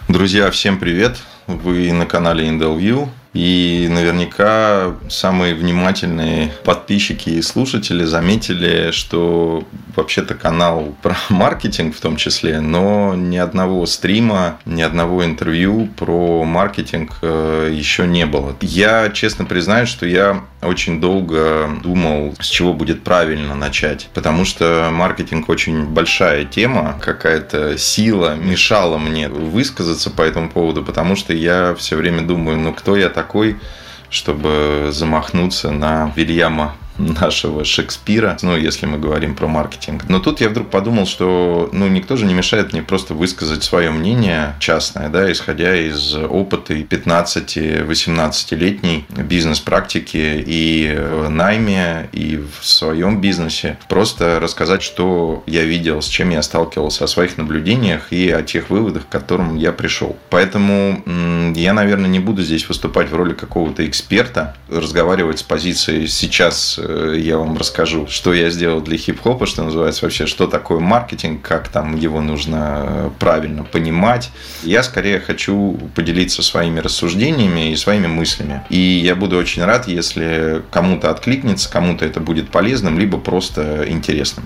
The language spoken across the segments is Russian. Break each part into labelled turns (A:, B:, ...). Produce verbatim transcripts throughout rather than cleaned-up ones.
A: Друзья, всем привет! Вы на канале IndelView. И наверняка самые внимательные подписчики и слушатели заметили, что вообще-то канал про маркетинг в том числе, но ни одного стрима, ни одного интервью про маркетинг еще не было. Я честно признаюсь, что я очень долго думал, с чего будет правильно начать, потому что маркетинг очень большая тема, какая-то сила мешала мне высказаться по этому поводу, потому что я все время думаю, ну кто я такой, чтобы замахнуться на Вильяма нашего Шекспира, ну, если мы говорим про маркетинг. Но тут я вдруг подумал, что ну, никто же не мешает мне просто высказать свое мнение частное, да, исходя из опыта пятнадцати-восемнадцатилетней бизнес-практики и в найме, и в своем бизнесе. Просто рассказать, что я видел, с чем я сталкивался, о своих наблюдениях и о тех выводах, к которым я пришел. Поэтому я, наверное, не буду здесь выступать в роли какого-то эксперта, разговаривать с позиции «сейчас я вам расскажу, что я сделал для хип-хопа», что называется, вообще, что такое маркетинг, как там его нужно правильно понимать. Я скорее хочу поделиться своими рассуждениями и своими мыслями. И я буду очень рад, если кому-то откликнется, кому-то это будет полезным, либо просто интересным.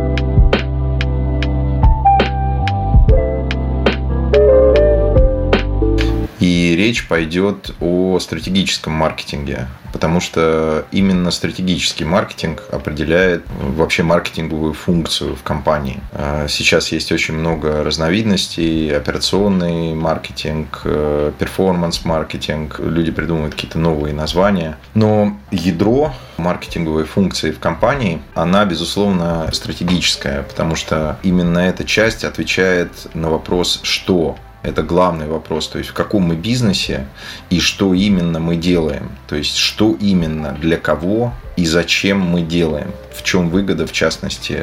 A: И речь пойдет о стратегическом маркетинге, потому что именно стратегический маркетинг определяет вообще маркетинговую функцию в компании. Сейчас есть очень много разновидностей: операционный маркетинг, перформанс-маркетинг, люди придумывают какие-то новые названия. Но ядро маркетинговой функции в компании, она, безусловно, стратегическая, потому что именно эта часть отвечает на вопрос «что?». Это главный вопрос, то есть в каком мы бизнесе и что именно мы делаем, то есть что именно, для кого и зачем мы делаем, в чем выгода, в частности,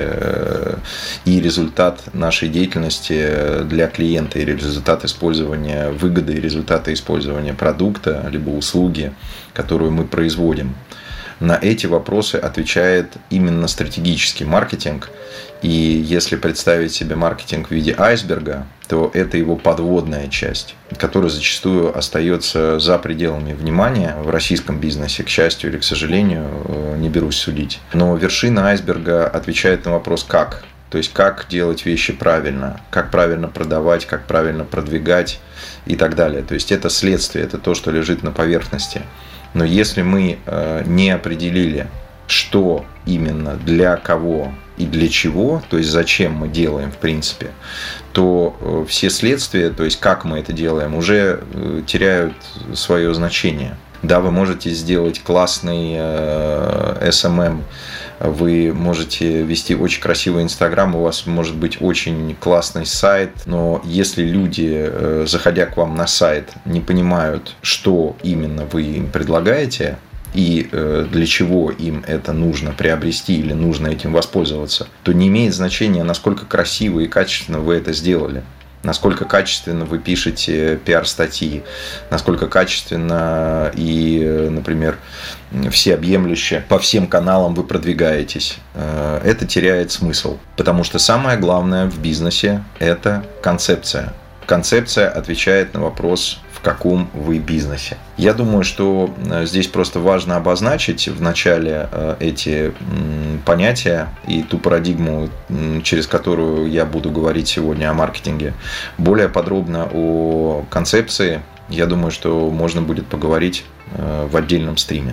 A: и результат нашей деятельности для клиента, и результат использования выгоды, и результаты использования продукта либо услуги, которую мы производим. На эти вопросы отвечает именно стратегический маркетинг. И если представить себе маркетинг в виде айсберга, то это его подводная часть, которая зачастую остается за пределами внимания в российском бизнесе, к счастью или к сожалению, не берусь судить. Но вершина айсберга отвечает на вопрос «как?». То есть, как делать вещи правильно, как правильно продавать, как правильно продвигать и так далее. То есть, это следствие, это то, что лежит на поверхности. Но если мы не определили, что именно, для кого и для чего, то есть зачем мы делаем в принципе, то все следствия, то есть как мы это делаем, уже теряют свое значение. Да, вы можете сделать классный эс эм эм, вы можете вести очень красивый Инстаграм, у вас может быть очень классный сайт, но если люди, заходя к вам на сайт, не понимают, что именно вы им предлагаете и для чего им это нужно приобрести или нужно этим воспользоваться, то не имеет значения, насколько красиво и качественно вы это сделали. Насколько качественно вы пишете пиар-статьи, насколько качественно и, например, всеобъемлюще по всем каналам вы продвигаетесь. Это теряет смысл, потому что самое главное в бизнесе – это концепция. Концепция отвечает на вопрос, в каком вы бизнесе. Я думаю, что здесь просто важно обозначить в начале эти понятия и ту парадигму, через которую я буду говорить сегодня о маркетинге. Более подробно о концепции, я думаю, что можно будет поговорить в отдельном стриме.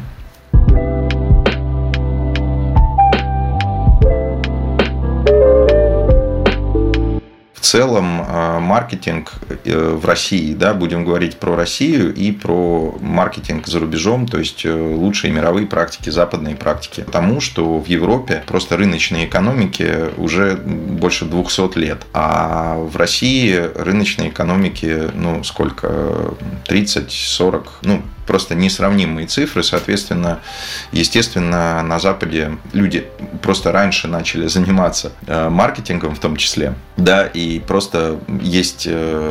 A: В целом маркетинг в России, да, будем говорить про Россию и про маркетинг за рубежом, то есть лучшие мировые практики, западные практики. Потому что в Европе просто рыночные экономики уже больше двухсот лет, а в России рыночные экономики, ну сколько, тридцать-сорок, ну просто несравнимые цифры. Соответственно, естественно, на Западе люди просто раньше начали заниматься маркетингом в том числе. Да, и просто есть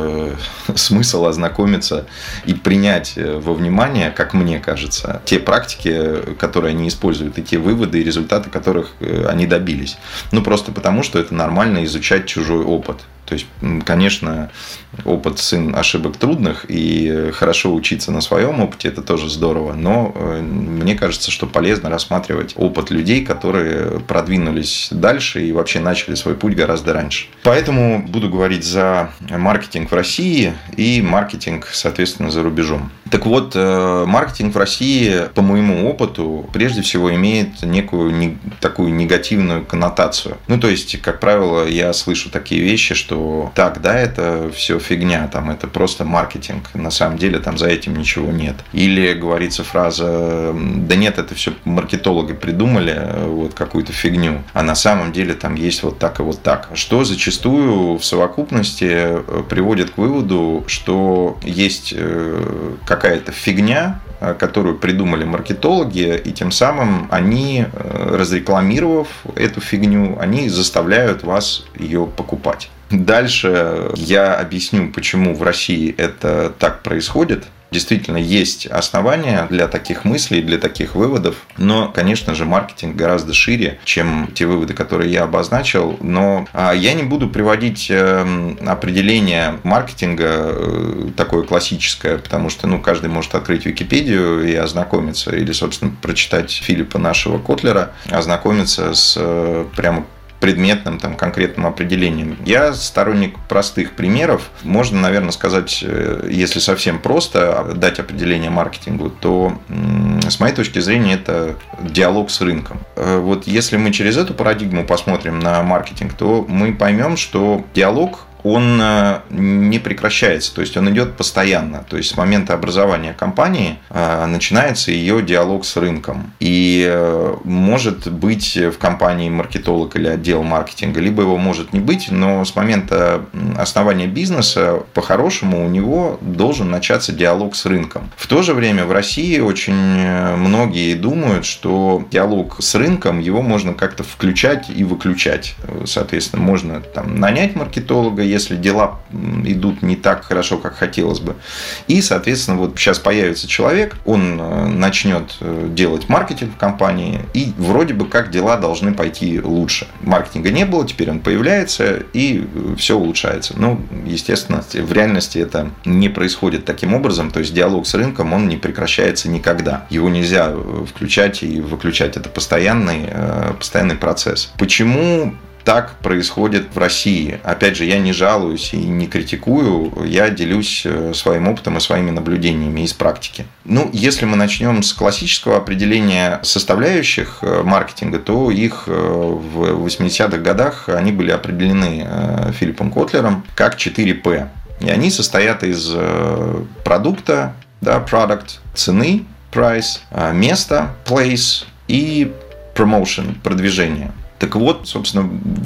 A: смысл ознакомиться и принять во внимание, как мне кажется, те практики, которые они используют, и те выводы, и результаты, которых они добились. Ну, просто потому, что это нормально изучать чужой опыт. То есть, конечно, опыт сын ошибок трудных, и хорошо учиться на своем опыте – это тоже здорово. Но мне кажется, что полезно рассматривать опыт людей, которые продвинулись дальше и вообще начали свой путь гораздо раньше. Поэтому буду говорить за маркетинг в России и маркетинг, соответственно, за рубежом. Так вот, маркетинг в России, по моему опыту, прежде всего имеет некую такую негативную коннотацию. Ну, то есть, как правило, я слышу такие вещи, что так, да, это все фигня, там, это просто маркетинг, на самом деле там за этим ничего нет. Или говорится фраза, да нет, это все маркетологи придумали, вот какую-то фигню, а на самом деле там есть вот так и вот так. Что зачастую в совокупности приводит к выводу, что есть какая-то фигня, которую придумали маркетологи, и тем самым они, разрекламировав эту фигню, они заставляют вас ее покупать. Дальше я объясню, почему в России это так происходит. Действительно, есть основания для таких мыслей, для таких выводов. Но, конечно же, маркетинг гораздо шире, чем те выводы, которые я обозначил. Но я не буду приводить определение маркетинга такое классическое, потому что ну, каждый может открыть Википедию и ознакомиться, или, собственно, прочитать Филиппа нашего Котлера, ознакомиться с прямо предметным, там, конкретным определением. Я сторонник простых примеров. Можно, наверное, сказать, если совсем просто дать определение маркетингу, то, с моей точки зрения, это диалог с рынком. Вот если мы через эту парадигму посмотрим на маркетинг, то мы поймем, что диалог он не прекращается, то есть он идет постоянно. То есть с момента образования компании начинается ее диалог с рынком. И может быть в компании маркетолог или отдел маркетинга, либо его может не быть, но с момента основания бизнеса по-хорошему у него должен начаться диалог с рынком. В то же время в России очень многие думают, что диалог с рынком его можно как-то включать и выключать. Соответственно, можно там нанять маркетолога, если дела идут не так хорошо, как хотелось бы. И, соответственно, вот сейчас появится человек, он начнет делать маркетинг в компании, и вроде бы как дела должны пойти лучше. Маркетинга не было, теперь он появляется, и все улучшается. Ну, естественно, в реальности это не происходит таким образом, то есть диалог с рынком, он не прекращается никогда. Его нельзя включать и выключать, это постоянный, постоянный процесс. Почему так происходит в России? Опять же, я не жалуюсь и не критикую, я делюсь своим опытом и своими наблюдениями из практики. Ну, если мы начнем с классического определения составляющих маркетинга, то их в восьмидесятых годах они были определены Филиппом Котлером как четыре пэ. И они состоят из продукта, да, product, цены, price, места, place и promotion, продвижение. Так вот, собственно,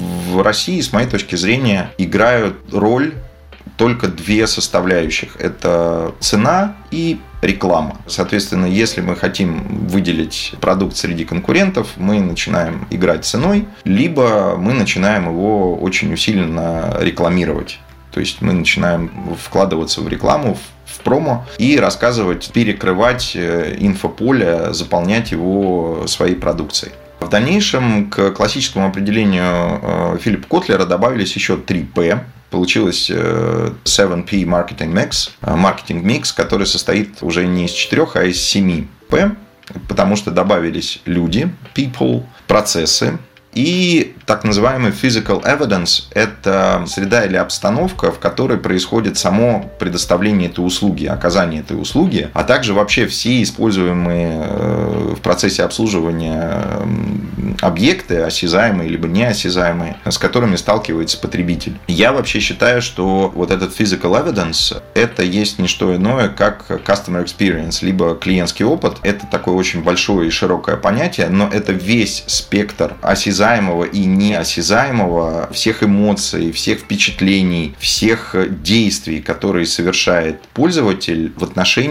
A: в России, с моей точки зрения, играют роль только две составляющих. Это цена и реклама. Соответственно, если мы хотим выделить продукт среди конкурентов, мы начинаем играть ценой, либо мы начинаем его очень усиленно рекламировать. То есть мы начинаем вкладываться в рекламу, в промо и рассказывать, перекрывать инфополе, заполнять его своей продукцией. В дальнейшем к классическому определению Филиппа Котлера добавились еще три пэ. Получилось семь пэ Marketing Mix, маркетинг микс, который состоит уже не из четырех, а из семи пэ, потому что добавились люди, people, процессы, и так называемый physical evidence – это среда или обстановка, в которой происходит само предоставление этой услуги, оказание этой услуги, а также вообще все используемые в процессе обслуживания объекты, осязаемые либо неосязаемые, с которыми сталкивается потребитель. Я вообще считаю, что вот этот physical evidence – это есть не что иное, как customer experience, либо клиентский опыт. Это такое очень большое и широкое понятие, но это весь спектр осязаемого и неосязаемого, всех эмоций, всех впечатлений, всех действий, которые совершает пользователь в отношении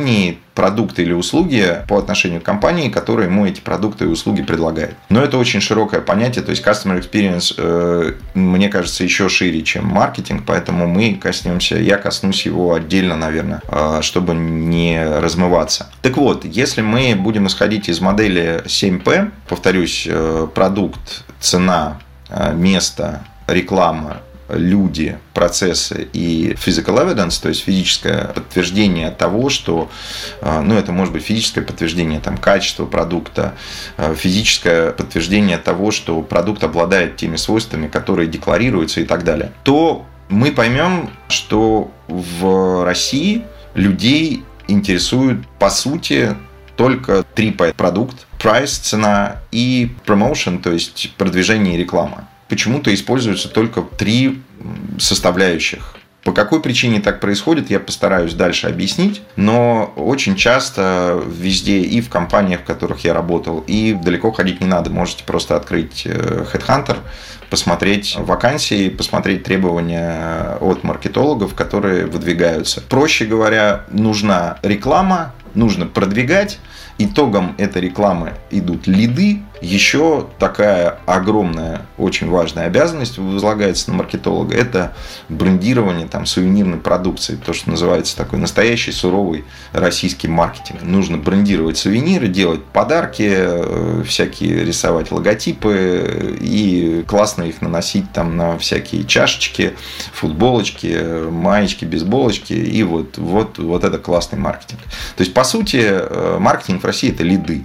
A: продукты или услуги по отношению к компании, которая ему эти продукты и услуги предлагает. Но это очень широкое понятие, то есть customer experience, мне кажется, еще шире, чем маркетинг, поэтому мы коснемся, я коснусь его отдельно, наверное, чтобы не размываться. Так вот, если мы будем исходить из модели семь пэ, повторюсь, продукт, цена, место, реклама, люди, процессы и physical evidence, то есть физическое подтверждение того, что, ну, это может быть физическое подтверждение там, качества продукта, физическое подтверждение того, что продукт обладает теми свойствами, которые декларируются и так далее, то мы поймем, что в России людей интересует, по сути, только три продукта: price, цена, и promotion, то есть продвижение и реклама. Почему-то используются только три составляющих. По какой причине так происходит, я постараюсь дальше объяснить, но очень часто везде, и в компаниях, в которых я работал, и далеко ходить не надо. Можете просто открыть HeadHunter, посмотреть вакансии, посмотреть требования от маркетологов, которые выдвигаются. Проще говоря, нужна реклама, нужно продвигать. Итогом этой рекламы идут лиды. Еще такая огромная, очень важная обязанность возлагается на маркетолога. Это брендирование там, сувенирной продукции. То, что называется такой настоящий суровый российский маркетинг. Нужно брендировать сувениры, делать подарки, всякие рисовать логотипы и классно их наносить там, на всякие чашечки, футболочки, маечки, бейсболочки. И вот, вот, вот это классный маркетинг. То есть, по сути, маркетинг в России – это лиды.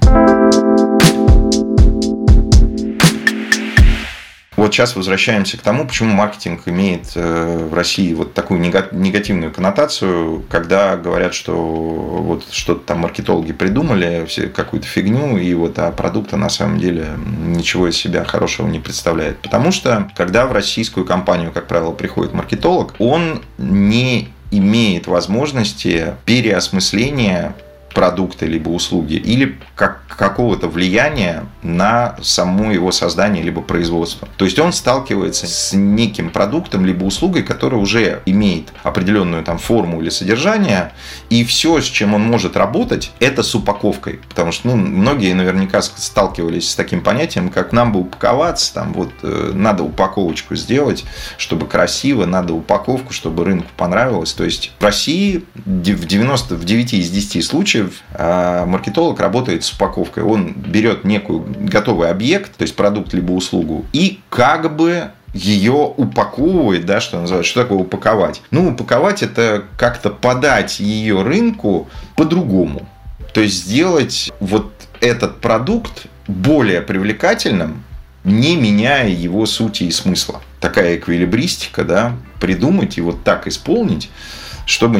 A: Вот сейчас возвращаемся к тому, почему маркетинг имеет в России вот такую негативную коннотацию, когда говорят, что вот что-то там маркетологи придумали, какую-то фигню, и вот а продукт на самом деле ничего из себя хорошего не представляет. Потому что, когда в российскую компанию, как правило, приходит маркетолог, он не имеет возможности переосмысления продукта либо услуги, или как, какого-то влияния на само его создание либо производство. То есть он сталкивается с неким продуктом либо услугой, которая уже имеет определенную там форму или содержание, и все, с чем он может работать, это с упаковкой. Потому что ну, многие наверняка сталкивались с таким понятием, как нам бы упаковаться, там вот э, надо упаковочку сделать, чтобы красиво, надо упаковку, чтобы рынку понравилось. То есть в России в девяноста девяти из десяти случаев маркетолог работает с упаковкой. Он берет некую готовый объект, то есть продукт либо услугу, и как бы ее упаковывает, да, что называется. Что такое упаковать? Ну, упаковать – это как-то подать ее рынку по-другому. То есть сделать вот этот продукт более привлекательным, не меняя его сути и смысла. Такая эквилибристика, да, придумать и вот так исполнить, чтобы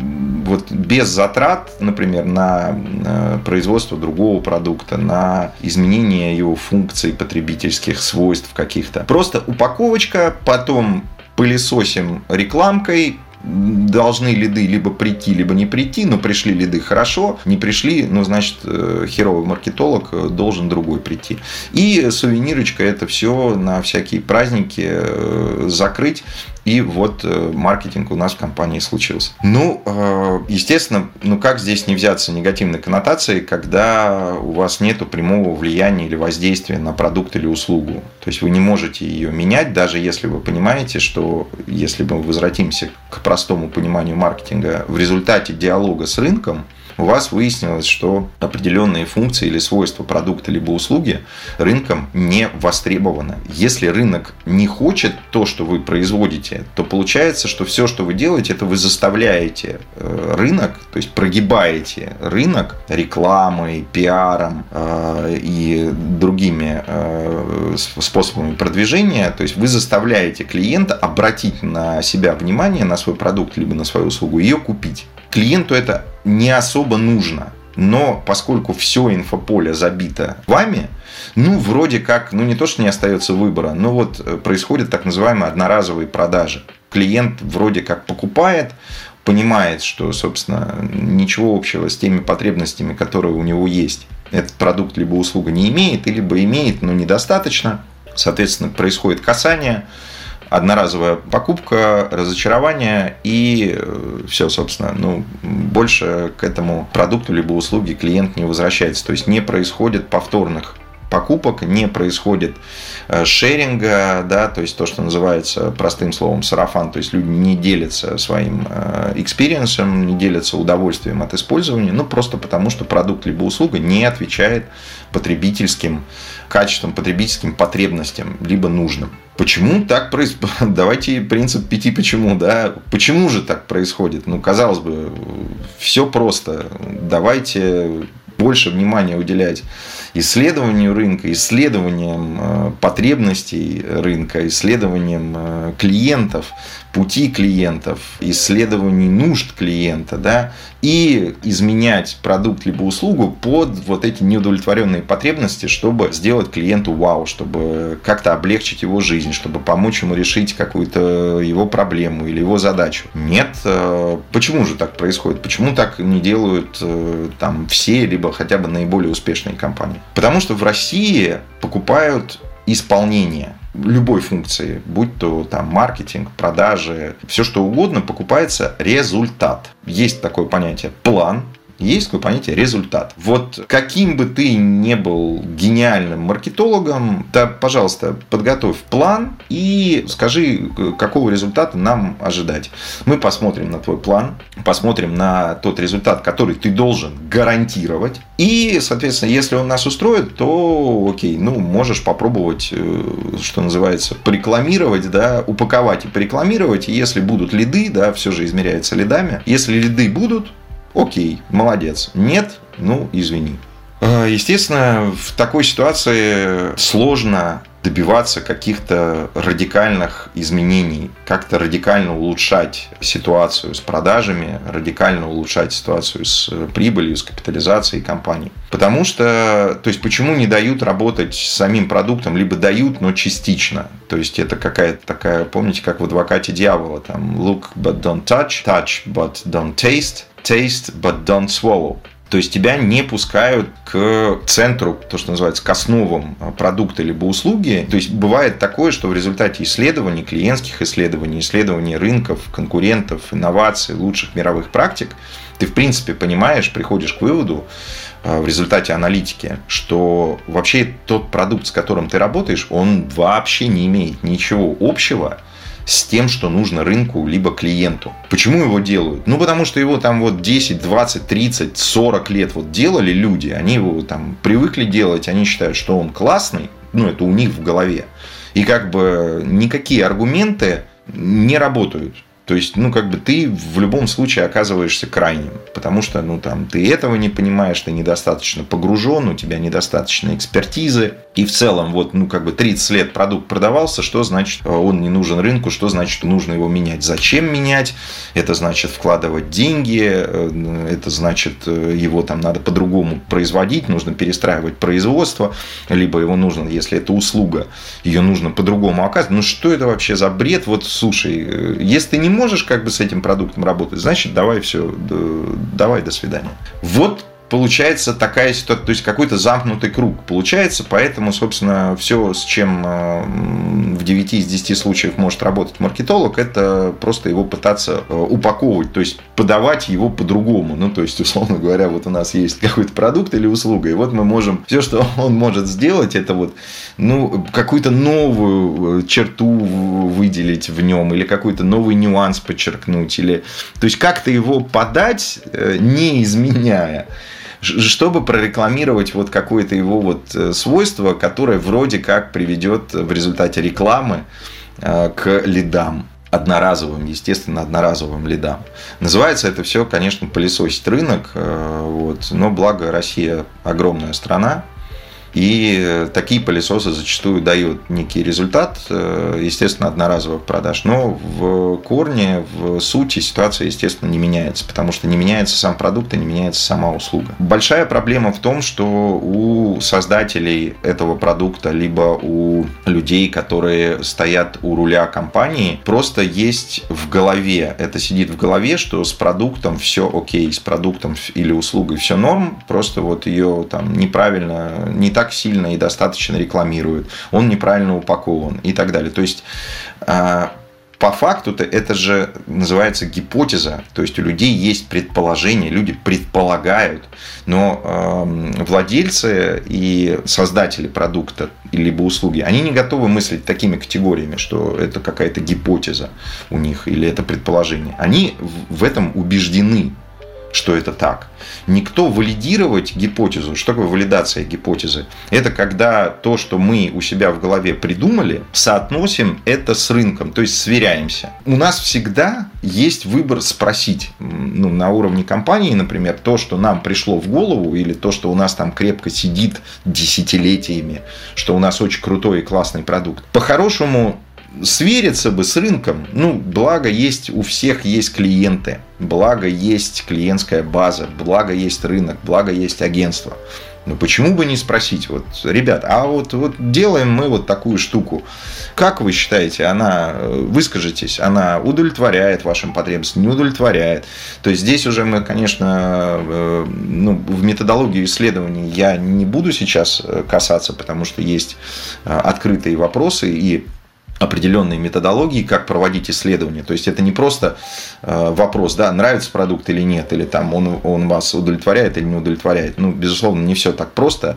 A: вот без затрат, например, на производство другого продукта, на изменение его функций, потребительских свойств каких-то. Просто упаковочка, потом пылесосим рекламкой. Должны лиды либо прийти, либо не прийти, но пришли лиды хорошо, не пришли, ну, значит, херовый маркетолог должен другой прийти. И сувенирочка – это все на всякие праздники закрыть. И вот маркетинг у нас в компании случился. Ну, естественно, ну как здесь не взяться негативной коннотацией, когда у вас нет прямого влияния или воздействия на продукт или услугу. То есть вы не можете ее менять, даже если вы понимаете, что если мы возвратимся к простому пониманию маркетинга, в результате диалога с рынком у вас выяснилось, что определенные функции или свойства продукта либо услуги рынком не востребованы. Если рынок не хочет то, что вы производите, то получается, что все, что вы делаете, это вы заставляете рынок, то есть прогибаете рынок рекламой, пиаром и другими способами продвижения. То есть вы заставляете клиента обратить на себя внимание, на свой продукт либо на свою услугу, и ее купить. Клиенту это не особо нужно, но поскольку все инфополе забито вами, ну, вроде как, ну, не то, что не остается выбора, но вот происходят так называемые одноразовые продажи. Клиент вроде как покупает, понимает, что, собственно, ничего общего с теми потребностями, которые у него есть, этот продукт либо услуга не имеет, либо имеет, но недостаточно. Соответственно, происходит касание. одноразовая покупка, разочарование и все, собственно. Ну, больше к этому продукту либо услуге клиент не возвращается. То есть не происходит повторных покупок, не происходит шеринга, да, то есть то, что называется простым словом сарафан, то есть люди не делятся своим экспириенсом, не делятся удовольствием от использования, ну просто потому, что продукт либо услуга не отвечает потребительским качествам, потребительским потребностям, либо нужным. Почему так происходит? Давайте принцип пяти почему, да? Почему же так происходит? Ну, казалось бы, все просто. Давайте больше внимания уделять исследованию рынка, исследованиям потребностей рынка, исследованиям клиентов, пути клиентов, исследований нужд клиента, да, и изменять продукт либо услугу под вот эти неудовлетворенные потребности, чтобы сделать клиенту вау, чтобы как-то облегчить его жизнь, чтобы помочь ему решить какую-то его проблему или его задачу. Нет. Почему же так происходит? Почему так не делают там все, либо хотя бы наиболее успешные компании? Потому что в России покупают исполнение любой функции, будь то там маркетинг, продажи, все что угодно, покупается результат. Есть такое понятие план, есть такое понятие результат. Вот каким бы ты ни был гениальным маркетологом, да, пожалуйста, подготовь план и скажи, какого результата нам ожидать. Мы посмотрим на твой план, посмотрим на тот результат, который ты должен гарантировать. И, соответственно, если он нас устроит, то окей, ну, можешь попробовать, что называется, порекламировать, да, упаковать и порекламировать. И если будут лиды, да, все же измеряется лидами. Если лиды будут, окей, молодец. Нет, ну, извини. Естественно, в такой ситуации сложно добиваться каких-то радикальных изменений, как-то радикально улучшать ситуацию с продажами, радикально улучшать ситуацию с прибылью, с капитализацией компаний. Потому что, то есть, почему не дают работать с самим продуктом, либо дают, но частично. То есть, это какая-то такая, помните, как в «Адвокате дьявола», там, look but don't touch, touch but don't taste, taste but don't swallow. То есть тебя не пускают к центру, то, что называется, к основам продукта либо услуги. То есть бывает такое, что в результате исследований, клиентских исследований, исследований рынков, конкурентов, инноваций, лучших мировых практик, ты в принципе понимаешь, приходишь к выводу в результате аналитики, что вообще тот продукт, с которым ты работаешь, он вообще не имеет ничего общего с тем, что нужно рынку либо клиенту. Почему его делают? Ну, потому что его там вот десять, двадцать, тридцать, сорок лет вот делали люди, они его там привыкли делать, они считают, что он классный, ну, это у них в голове. И как бы никакие аргументы не работают. То есть, ну, как бы ты в любом случае оказываешься крайним, потому что, ну, там, ты этого не понимаешь, ты недостаточно погружен, у тебя недостаточно экспертизы. И в целом, вот, ну, как бы тридцать лет продукт продавался, что значит он не нужен рынку, что значит нужно его менять. Зачем менять? Это значит вкладывать деньги, это значит его там надо по-другому производить, нужно перестраивать производство, либо его нужно, если это услуга, ее нужно по-другому оказывать. Ну, что это вообще за бред? Вот, слушай, если ты не можешь как бы с этим продуктом работать, значит, давай все, давай, до свидания. Вот получается такая ситуация, то есть какой-то замкнутый круг получается, поэтому, собственно, все, с чем в девяти из десяти случаев может работать маркетолог, это просто его пытаться упаковывать, то есть подавать его по-другому. Ну, то есть, условно говоря, вот у нас есть какой-то продукт или услуга, и вот мы можем, все, что он может сделать, это вот, ну, какую-то новую черту выделить в нем, или какой-то новый нюанс подчеркнуть, или, то есть, как-то его подать, не изменяя, чтобы прорекламировать вот какое-то его вот свойство, которое вроде как приведет в результате рекламы к лидам. Одноразовым, естественно, одноразовым лидам. Называется это все, конечно, пылесосить рынок. Вот. Но благо Россия огромная страна. И такие пылесосы зачастую дают некий результат, естественно, одноразовых продаж. Но в корне, в сути ситуация, естественно, не меняется, потому что не меняется сам продукт и не меняется сама услуга. Большая проблема в том, что у создателей этого продукта, либо у людей, которые стоят у руля компании, просто есть в голове, это сидит в голове, что с продуктом все окей, с продуктом или услугой все норм, просто вот ее там неправильно, не так так сильно и достаточно рекламирует, он неправильно упакован и так далее. То есть, по факту-то это же называется гипотеза, то есть у людей есть предположение, люди предполагают, но э, владельцы и создатели продукта либо услуги, они не готовы мыслить такими категориями, что это какая-то гипотеза у них или это предположение. Они в этом убеждены, что это так. Никто валидировать гипотезу, что такое валидация гипотезы? Это когда то, что мы у себя в голове придумали, соотносим это с рынком, то есть сверяемся. У нас всегда есть выбор спросить, ну, на уровне компании, например, то, что нам пришло в голову, или то, что у нас там крепко сидит десятилетиями, что у нас очень крутой и классный продукт. По-хорошему, свериться бы с рынком, ну, благо есть, у всех есть клиенты, благо есть клиентская база, благо есть рынок, благо есть агентство. Ну, почему бы не спросить, вот, ребят, а вот, вот делаем мы вот такую штуку. Как вы считаете, она, выскажитесь, она удовлетворяет вашим потребностям, не удовлетворяет? То есть, здесь уже мы, конечно, ну, в методологию исследований я не буду сейчас касаться, потому что есть открытые вопросы и определенные методологии, как проводить исследования. То есть, это не просто вопрос, да, нравится продукт или нет, или там он, он вас удовлетворяет или не удовлетворяет. Ну, безусловно, не все так просто,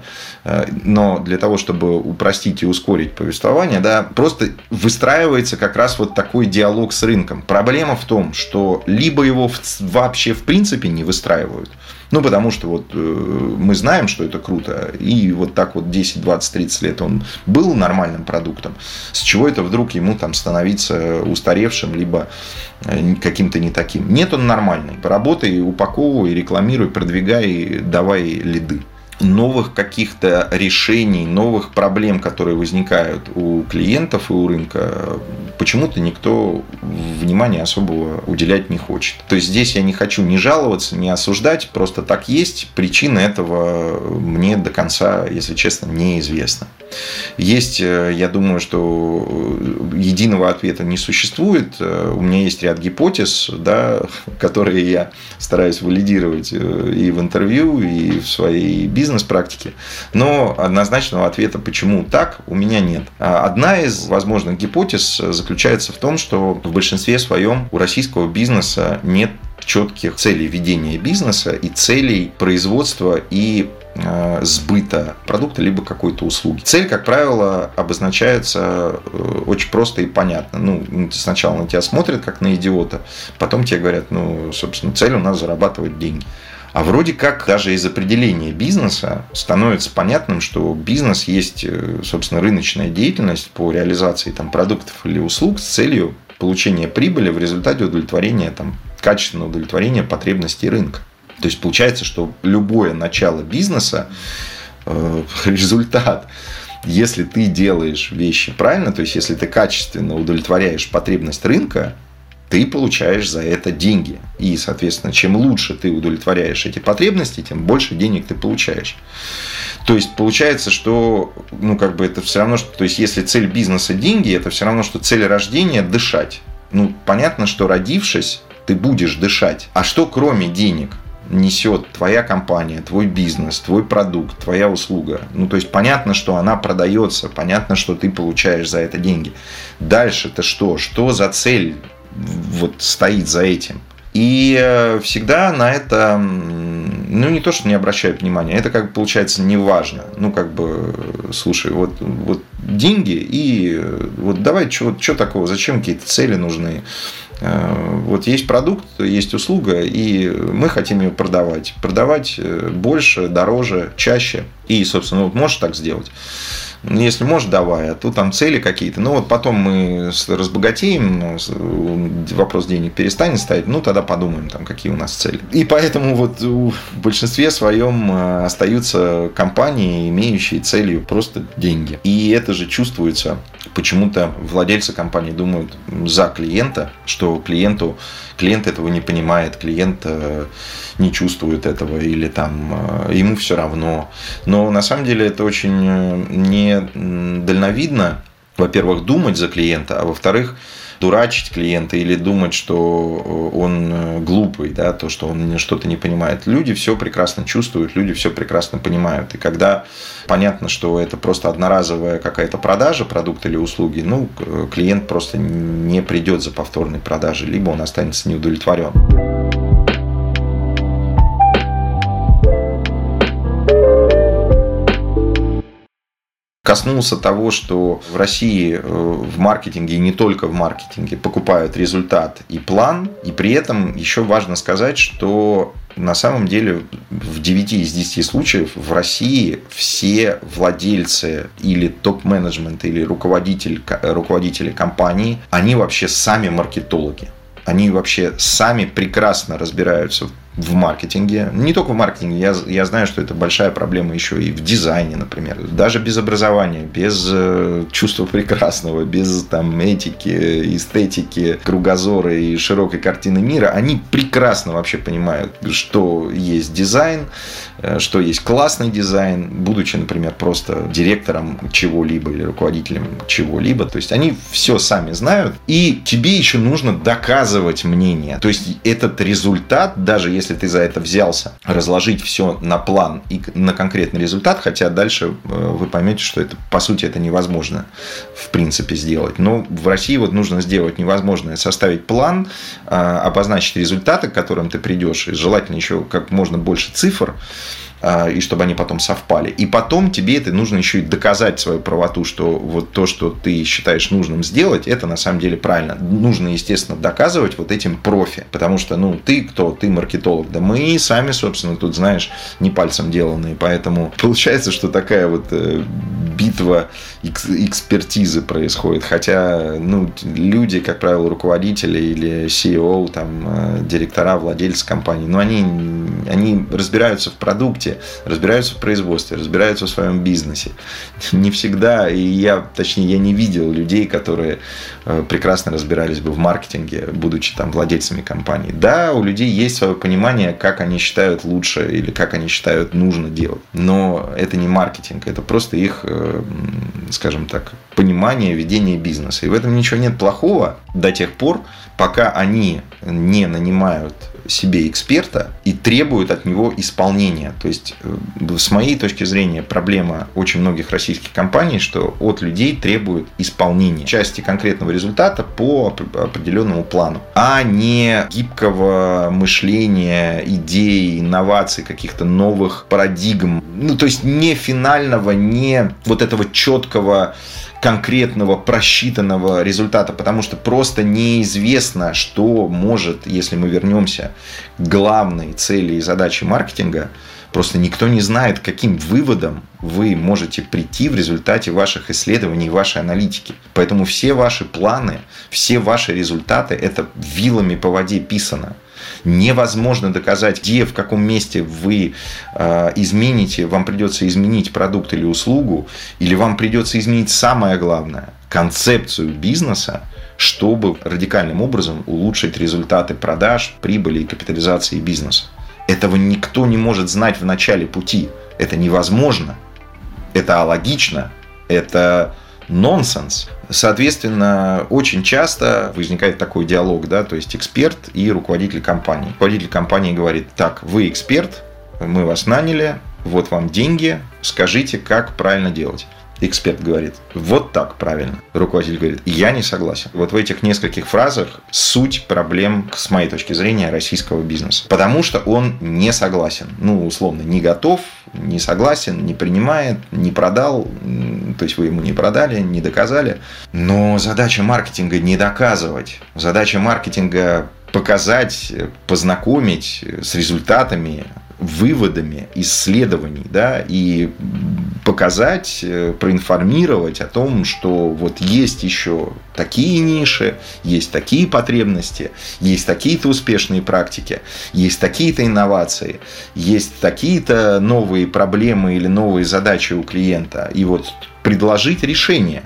A: но для того, чтобы упростить и ускорить повествование, да, просто выстраивается как раз вот такой диалог с рынком. Проблема в том, что либо его вообще в принципе не выстраивают, ну, потому что вот мы знаем, что это круто, и вот так вот десять, двадцать, тридцать лет он был нормальным продуктом, с чего это вдруг ему там становиться устаревшим, либо каким-то не таким. Нет, он нормальный. Работай, упаковывай, рекламируй, продвигай, давай лиды. Новых каких-то решений, новых проблем, которые возникают у клиентов и у рынка, почему-то никто внимания особого уделять не хочет. То есть, здесь я не хочу ни жаловаться, ни осуждать, просто так есть. Причина этого мне до конца, если честно, неизвестна. Есть, я думаю, что единого ответа не существует. У меня есть ряд гипотез, да, которые я стараюсь валидировать и в интервью, и в своей бизнес-практике. Но однозначного ответа, почему так, у меня нет. Одна из возможных гипотез заключается в том, что в большинстве своем у российского бизнеса нет четких целей ведения бизнеса и целей производства и сбыта продукта либо какой-то услуги. Цель, как правило, обозначается очень просто и понятно. Ну, сначала на тебя смотрят как на идиота, потом тебе говорят, ну, собственно, цель у нас зарабатывать деньги. А вроде как даже из определения бизнеса становится понятным, что бизнес есть, собственно, рыночная деятельность по реализации там, продуктов или услуг с целью получения прибыли в результате удовлетворения, там, качественного удовлетворения потребностей рынка. То есть, получается, что любое начало бизнеса, э, результат, если ты делаешь вещи правильно, то есть, если ты качественно удовлетворяешь потребность рынка, ты получаешь за это деньги. И, соответственно, чем лучше ты удовлетворяешь эти потребности, тем больше денег ты получаешь. То есть, получается, что, ну, как бы это все равно, что, то есть, если цель бизнеса деньги, это все равно, что цель рождения дышать. Ну, понятно, что родившись, ты будешь дышать. А что кроме денег несет твоя компания, твой бизнес, твой продукт, твоя услуга? Ну, то есть, понятно, что она продается, понятно, что ты получаешь за это деньги. Дальше-то что? Что за цель вот стоит за этим? И всегда на это, ну, не то, что не обращают внимания, это, как бы, получается, неважно. Ну, как бы, слушай, вот, вот деньги, и вот давай, что такого, зачем какие-то цели нужны? Вот есть продукт, есть услуга, и мы хотим ее продавать. Продавать больше, дороже, чаще. И, собственно, вот можешь так сделать? Если можешь, давай, а то там цели какие-то. Ну, вот потом мы разбогатеем, вопрос денег перестанет стоять, ну, тогда подумаем, там, какие у нас цели. И поэтому вот в большинстве своем остаются компании, имеющие целью просто деньги. И это же чувствуется. Почему-то владельцы компании думают за клиента, что клиенту, клиент этого не понимает, клиент не чувствует этого, или там ему все равно. Но на самом деле это очень недальновидно, во-первых, думать за клиента, а во-вторых, дурачить клиента или думать, что он глупый, да, то, что он что-то не понимает. Люди все прекрасно чувствуют, люди все прекрасно понимают. И когда понятно, что это просто одноразовая какая-то продажа продукта или услуги, ну, клиент просто не придет за повторной продажей, либо он останется неудовлетворен. Коснулся того, что в России в маркетинге, и не только в маркетинге, покупают результат и план. И при этом еще важно сказать, что на самом деле в девяти из десяти случаев в России все владельцы или топ-менеджмента, или руководители, руководители компаний, они вообще сами маркетологи. Они вообще сами прекрасно разбираются в маркетинге. Не только в маркетинге. Я, я знаю, что это большая проблема еще и в дизайне, например. Даже без образования, без э, чувства прекрасного, без там, этики, эстетики, кругозора и широкой картины мира, они прекрасно вообще понимают, что есть дизайн, э, что есть классный дизайн, будучи, например, просто директором чего-либо или руководителем чего-либо. То есть они все сами знают, и тебе еще нужно доказывать мнение. То есть этот результат, даже если если ты за это взялся, разложить все на план и на конкретный результат, хотя дальше вы поймете, что это, по сути, это невозможно в принципе сделать. Но в России вот нужно сделать невозможное, составить план, обозначить результаты, к которым ты придешь, и желательно еще как можно больше цифр, и чтобы они потом совпали. И потом тебе это нужно еще и доказать свою правоту, что вот то, что ты считаешь нужным сделать, это на самом деле правильно. Нужно, естественно, доказывать вот этим профи. Потому что, ну, ты кто? Ты маркетолог. Да мы сами, собственно, тут, знаешь, не пальцем деланные. Поэтому получается, что такая вот битва экспертизы происходит. Хотя, ну, люди, как правило, руководители или си и о, там, директора, владельцы компаний, ну, они, они разбираются в продукте, разбираются в производстве, разбираются в своем бизнесе. Не всегда, и я, точнее, я не видел людей, которые прекрасно разбирались бы в маркетинге, будучи там владельцами компаний. Да, у людей есть свое понимание, как они считают лучше или как они считают нужно делать. Но это не маркетинг, это просто их, скажем так, понимание ведения бизнеса. И в этом ничего нет плохого до тех пор, пока они не нанимают себе эксперта и требуют от него исполнения. То есть, с моей точки зрения, проблема очень многих российских компаний, что от людей требуют исполнения части конкретного результата по определенному плану, а не гибкого мышления, идей, инноваций, каких-то новых парадигм. Ну, то есть, не финального, не вот этого четкого, конкретного, просчитанного результата, потому что просто неизвестно, что может, если мы вернемся к главной цели и задаче маркетинга, просто никто не знает, к каким выводам вы можете прийти в результате ваших исследований, вашей аналитики. Поэтому все ваши планы, все ваши результаты – это вилами по воде писано. Невозможно доказать, где, в каком месте вы э, измените, вам придется изменить продукт или услугу, или вам придется изменить самое главное – концепцию бизнеса, чтобы радикальным образом улучшить результаты продаж, прибыли и капитализации бизнеса. Этого никто не может знать в начале пути. Это невозможно. Это алогично. Это нонсенс. Соответственно, очень часто возникает такой диалог, да, то есть эксперт и руководитель компании. Руководитель компании говорит: так, вы эксперт, мы вас наняли, вот вам деньги, скажите, как правильно делать. Эксперт говорит: вот так правильно. Руководитель говорит: я не согласен. Вот в этих нескольких фразах суть проблем, с моей точки зрения, российского бизнеса. Потому что он не согласен. Ну, условно, не готов, не согласен, не принимает, не продал. То есть, вы ему не продали, не доказали. Но задача маркетинга не доказывать. Задача маркетинга показать, познакомить с результатами, выводами исследований, да, и показать, проинформировать о том, что вот есть еще такие ниши, есть такие потребности, есть такие-то успешные практики, есть такие-то инновации, есть такие-то новые проблемы или новые задачи у клиента. И вот предложить решение,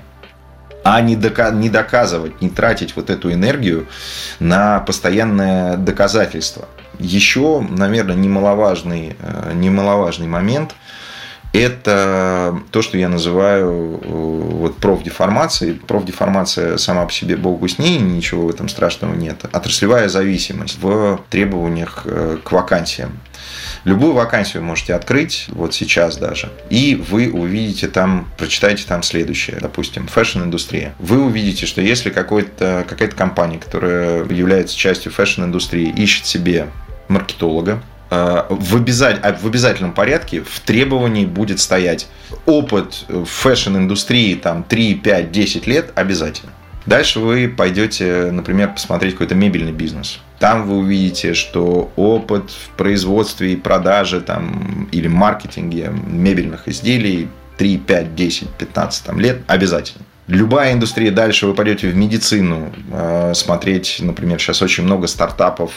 A: а не доказывать, не тратить вот эту энергию на постоянное доказательство. Еще, наверное, немаловажный, немаловажный момент. Это то, что я называю вот профдеформацией. Профдеформация сама по себе богу с ней, ничего в этом страшного нет. Отраслевая зависимость в требованиях к вакансиям. Любую вакансию можете открыть, вот сейчас даже, и вы увидите там, прочитаете там следующее, допустим, фэшн-индустрия. Вы увидите, что если какой-то, какая-то компания, которая является частью фэшн-индустрии, ищет себе маркетолога, в, обязаль... в обязательном порядке в требовании будет стоять опыт в фэшн-индустрии там, три, пять, десять лет обязательно. Дальше вы пойдете, например, посмотреть какой-то мебельный бизнес. Там вы увидите, что опыт в производстве и продаже там, или маркетинге мебельных изделий три, пять, десять, пятнадцать там, лет обязательно. Любая индустрия, дальше вы пойдете в медицину, смотреть, например, сейчас очень много стартапов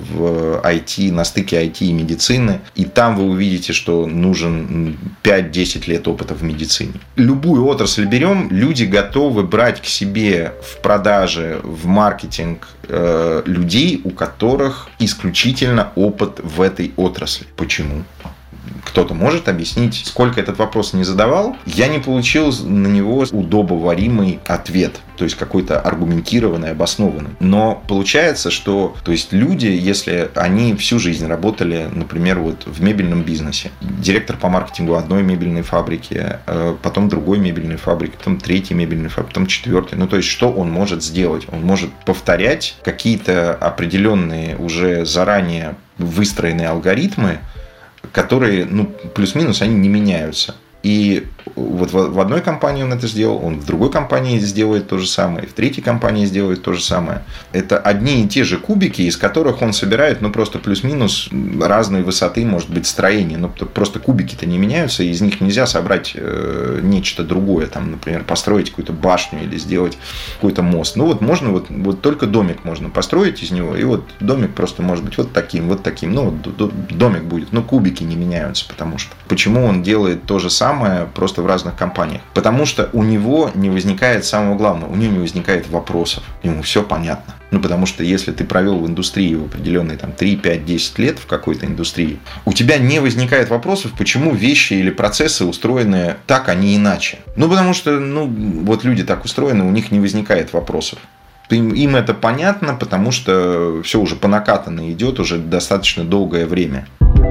A: в ай ти, на стыке ай ти и медицины, и там вы увидите, что нужен пять-десять лет опыта в медицине. Любую отрасль берем, люди готовы брать к себе в продаже, в маркетинг людей, у которых исключительно опыт в этой отрасли. Почему? Кто-то может объяснить, сколько этот вопрос не задавал, я не получил на него удобоваримый ответ, то есть какой-то аргументированный, обоснованный. Но получается, что то есть люди, если они всю жизнь работали, например, вот в мебельном бизнесе, директор по маркетингу одной мебельной фабрики, потом другой мебельной фабрики, потом третьей мебельной фабрики, потом четвертой, ну то есть что он может сделать? Он может повторять какие-то определенные уже заранее выстроенные алгоритмы, которые, ну, плюс-минус, они не меняются. И вот в одной компании он это сделал, он в другой компании сделает то же самое, и в третьей компании сделает то же самое. Это одни и те же кубики, из которых он собирает, ну, просто плюс-минус разной высоты, может быть, строение. Ну, просто кубики-то не меняются, и из них нельзя собрать э, нечто другое. Там, например, построить какую-то башню или сделать какой-то мост. Ну, вот можно, вот, вот только домик можно построить из него, и вот домик просто может быть вот таким, вот таким. Ну, вот домик будет, но кубики не меняются, потому что. Почему он делает то же самое, просто в разных компаниях? Потому что у него не возникает самого главного, у него не возникает вопросов, ему все понятно. Ну, потому что если ты провел в индустрии в определенные там, три, пять, десять лет в какой-то индустрии, у тебя не возникает вопросов, почему вещи или процессы устроены так, а не иначе. Ну, потому что ну, вот люди так устроены, у них не возникает вопросов. Им, им это понятно, потому что все уже по накатанной идет уже достаточно долгое время.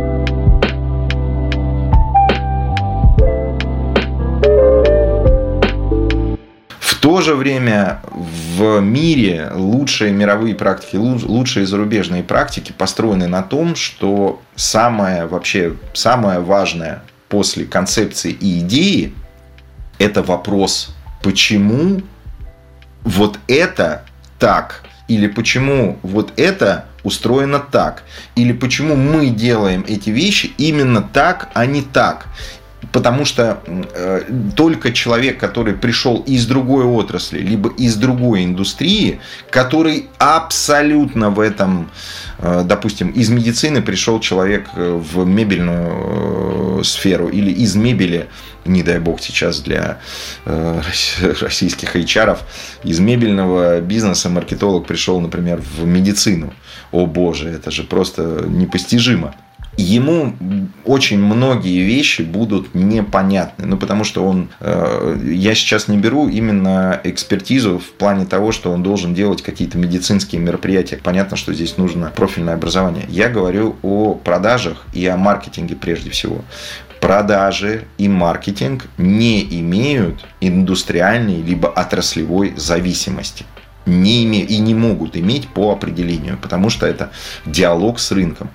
A: В то же время в мире лучшие мировые практики, лучшие зарубежные практики построены на том, что самое, вообще, самое важное после концепции и идеи – это вопрос, почему вот это так, или почему вот это устроено так, или почему мы делаем эти вещи именно так, а не так. Потому что э, только человек, который пришел из другой отрасли, либо из другой индустрии, который абсолютно в этом, э, допустим, из медицины пришел человек в мебельную э, сферу, или из мебели, не дай бог сейчас для э, российских эйч ар-ов, из мебельного бизнеса маркетолог пришел, например, в медицину. О боже, это же просто непостижимо. Ему очень многие вещи будут непонятны, ну, потому что он, э, я сейчас не беру именно экспертизу в плане того, что он должен делать какие-то медицинские мероприятия. Понятно, что здесь нужно профильное образование. Я говорю о продажах и о маркетинге прежде всего. Продажи и маркетинг не имеют индустриальной либо отраслевой зависимости. Не имеют и не могут иметь по определению, потому что это диалог с рынком.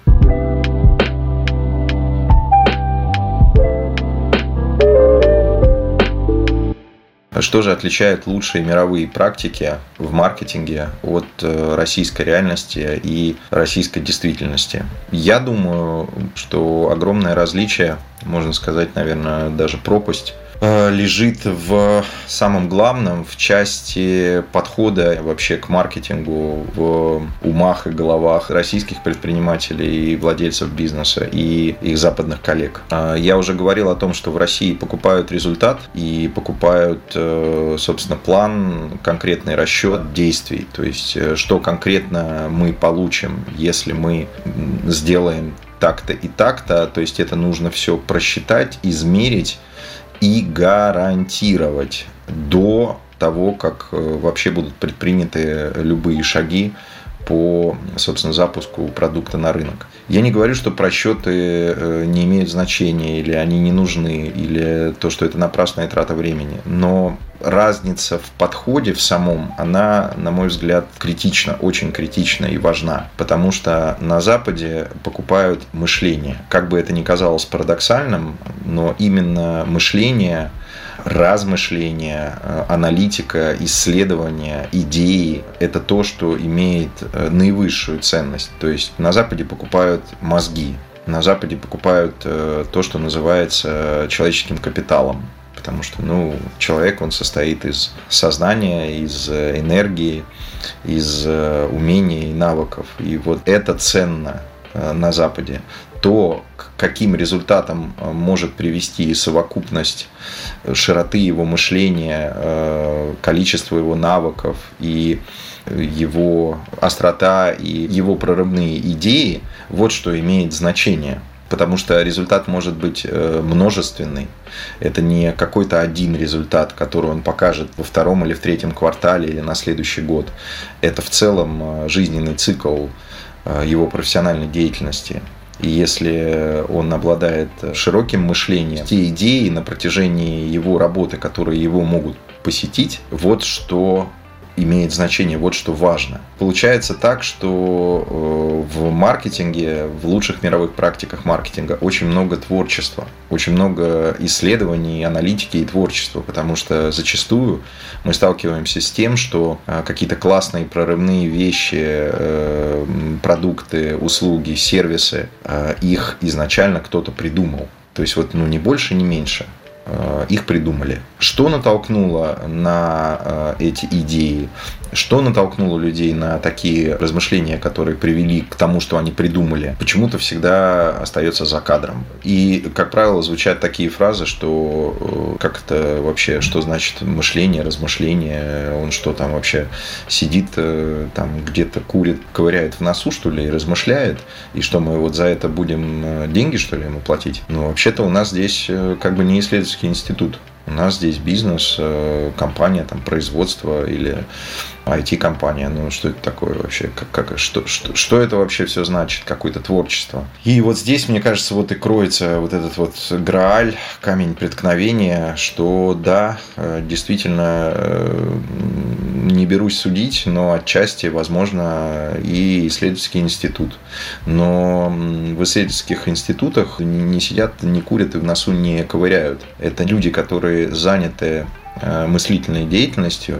A: Что же отличает лучшие мировые практики в маркетинге от российской реальности и российской действительности? Я думаю, что огромное различие, можно сказать, наверное, даже пропасть, лежит в самом главном, в части подхода вообще к маркетингу в умах и головах российских предпринимателей и владельцев бизнеса и их западных коллег. Я уже говорил о том, что в России покупают результат и покупают, собственно, план, конкретный расчет действий. То есть, что конкретно мы получим, если мы сделаем так-то и так-то. То есть это нужно все просчитать, измерить и гарантировать до того, как вообще будут предприняты любые шаги по, собственно, запуску продукта на рынок. Я не говорю, что просчеты не имеют значения, или они не нужны, или то, что это напрасная трата времени. Но разница в подходе в самом, она, на мой взгляд, критична, очень критична и важна. Потому что на Западе покупают мышление. Как бы это ни казалось парадоксальным, но именно мышление, размышления, аналитика, исследования, идеи – это то, что имеет наивысшую ценность. То есть на Западе покупают мозги, на Западе покупают то, что называется человеческим капиталом. Потому что ну, человек, он состоит из сознания, из энергии, из умений и навыков. И вот это ценно на Западе. То, к каким результатам может привести совокупность широты его мышления, количество его навыков и его острота и его прорывные идеи, вот что имеет значение. Потому что результат может быть множественный. Это не какой-то один результат, который он покажет во втором или в третьем квартале или на следующий год. Это в целом жизненный цикл его профессиональной деятельности. И если он обладает широким мышлением, те идеи на протяжении его работы, которые его могут посетить, вот что имеет значение, вот что важно. Получается так, что в маркетинге, в лучших мировых практиках маркетинга очень много творчества, очень много исследований, аналитики и творчества, потому что зачастую мы сталкиваемся с тем, что какие-то классные прорывные вещи, продукты, услуги, сервисы, их изначально кто-то придумал. То есть вот ну, не больше, не меньше. Их придумали. Что натолкнуло на эти идеи? Что натолкнуло людей на такие размышления, которые привели к тому, что они придумали? Почему-то всегда остается за кадром. И, как правило, звучат такие фразы, что как это вообще, что значит мышление, размышление? Он что там вообще сидит, там где-то курит, ковыряет в носу, что ли, и размышляет? И что мы вот за это будем деньги, что ли, ему платить? Ну, вообще-то у нас здесь как бы не исследовательский институт. У нас здесь бизнес, компания, там, производство или ай ти-компания. Ну, что это такое вообще? Как, как, что, что, что это вообще все значит? Какое-то творчество. И вот здесь, мне кажется, вот и кроется вот этот вот грааль, камень преткновения, что да, действительно, не берусь судить, но отчасти, возможно, и исследовательский институт. Но в исследовательских институтах не сидят, не курят и в носу не ковыряют. Это люди, которые заняты мыслительной деятельностью,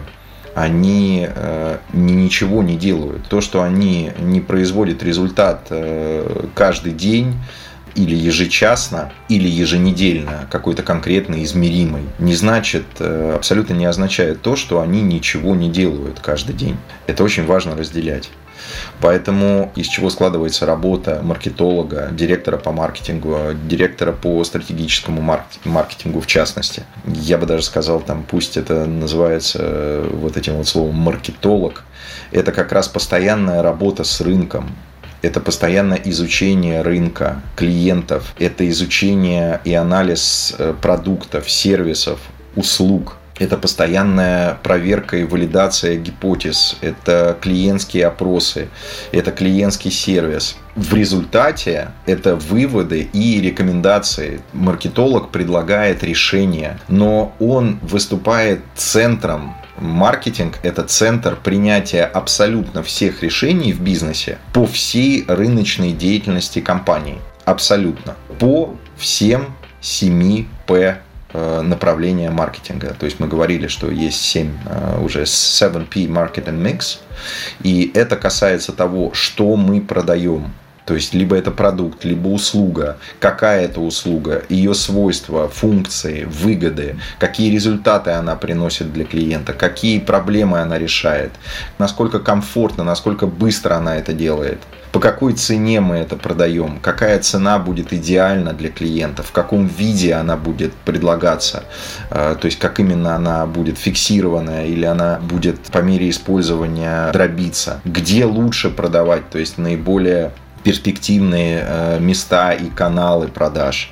A: они ничего не делают. То, что они не производят результат каждый день, или ежечасно, или еженедельно, какой-то конкретный, измеримый, не значит, абсолютно не означает то, что они ничего не делают каждый день. Это очень важно разделять. Поэтому из чего складывается работа маркетолога, директора по маркетингу, директора по стратегическому маркетингу в частности. Я бы даже сказал, там, пусть это называется вот этим вот словом маркетолог, это как раз постоянная работа с рынком. Это постоянное изучение рынка, клиентов, это изучение и анализ продуктов, сервисов, услуг. Это постоянная проверка и валидация гипотез, это клиентские опросы, это клиентский сервис. В результате это выводы и рекомендации. Маркетолог предлагает решения, но он выступает центром. Маркетинг – это центр принятия абсолютно всех решений в бизнесе по всей рыночной деятельности компании. Абсолютно. По всем семи П направления маркетинга. То есть мы говорили, что есть семь, уже семь пи Market and Mix. И это касается того, что мы продаем. То есть, либо это продукт, либо услуга. Какая это услуга, ее свойства, функции, выгоды, какие результаты она приносит для клиента, какие проблемы она решает, насколько комфортно, насколько быстро она это делает, по какой цене мы это продаем, какая цена будет идеальна для клиента, в каком виде она будет предлагаться, то есть, как именно она будет фиксированная или она будет по мере использования дробиться, где лучше продавать, то есть, наиболее перспективные места и каналы продаж.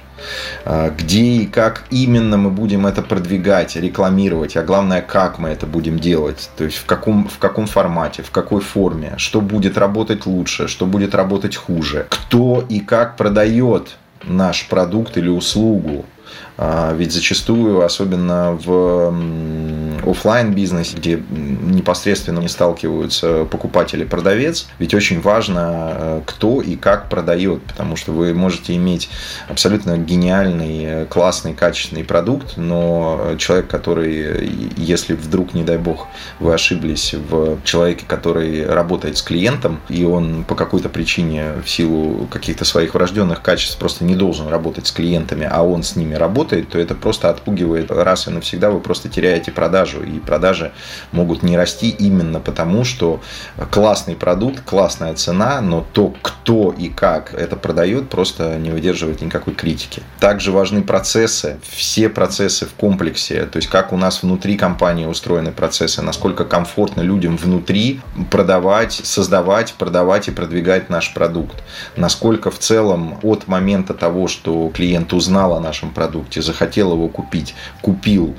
A: Где и как именно мы будем это продвигать, рекламировать, а главное, как мы это будем делать, то есть в каком, в каком формате, в какой форме, что будет работать лучше, что будет работать хуже, кто и как продает наш продукт или услугу. Ведь зачастую, особенно в офлайн бизнесе, где непосредственно не сталкиваются покупатель и продавец, ведь очень важно, кто и как продает, потому что вы можете иметь абсолютно гениальный, классный, качественный продукт, но человек, который, если вдруг, не дай бог, вы ошиблись в человеке, который работает с клиентом, и он по какой-то причине в силу каких-то своих врожденных качеств просто не должен работать с клиентами, а он с ними работает, то это просто отпугивает раз и навсегда, вы просто теряете продажу, и продажи могут не расти именно потому, что классный продукт, классная цена, но то, кто и как это продает, просто не выдерживает никакой критики. Также важны процессы, все процессы в комплексе, то есть как у нас внутри компании устроены процессы, насколько комфортно людям внутри продавать, создавать, продавать и продвигать наш продукт, насколько в целом от момента того, что клиент узнал о нашем продукте, захотел его купить, купил,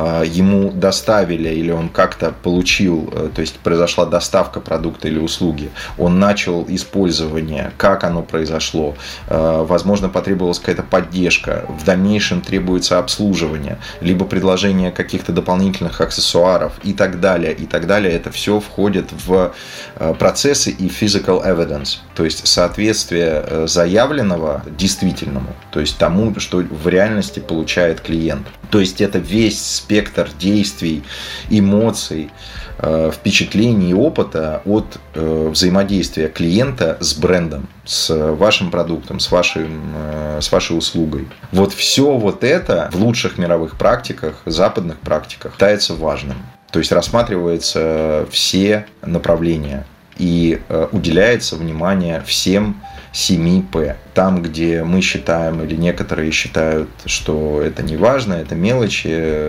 A: ему доставили или он как-то получил, то есть произошла доставка продукта или услуги, он начал использование, как оно произошло, возможно, потребовалась какая-то поддержка, в дальнейшем требуется обслуживание, либо предложение каких-то дополнительных аксессуаров и так далее, и так далее. Это все входит в процессы и physical evidence, то есть соответствие заявленного действительному, то есть тому, что в реальности получает клиент. То есть это весь спектр действий, эмоций, впечатлений и опыта от взаимодействия клиента с брендом, с вашим продуктом, с, вашим, с вашей услугой. Вот все вот это в лучших мировых практиках, западных практиках считается важным. То есть рассматриваются все направления и уделяется внимание всем семи П. Там, где мы считаем, или некоторые считают, что это не важно, это мелочи,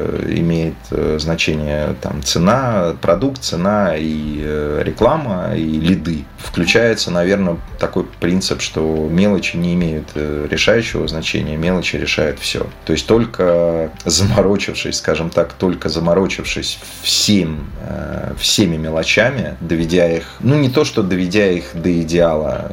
A: имеет значение там, цена, продукт, цена и реклама, и лиды. Включается, наверное, такой принцип, что мелочи не имеют решающего значения, мелочи решают все. То есть только заморочившись, скажем так, только заморочившись всем, всеми мелочами, доведя их, ну не то, что доведя их до идеала,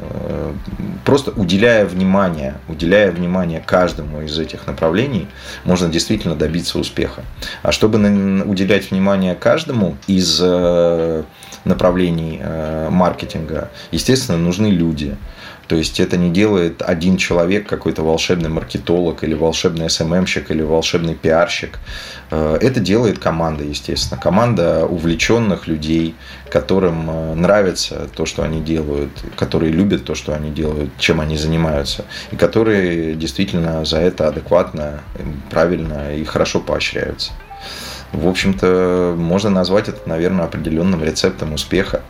A: просто уделяя внимание, уделяя внимание каждому из этих направлений, можно действительно добиться успеха. А чтобы уделять внимание каждому из направлений маркетинга, естественно, нужны люди. То есть это не делает один человек, какой-то волшебный маркетолог или волшебный эс эм эм-щик или волшебный пиарщик. Это делает команда, естественно. Команда увлеченных людей, которым нравится то, что они делают, которые любят то, что они делают, чем они занимаются, и которые действительно за это адекватно, правильно и хорошо поощряются. В общем-то, можно назвать это, наверное, определенным рецептом успеха.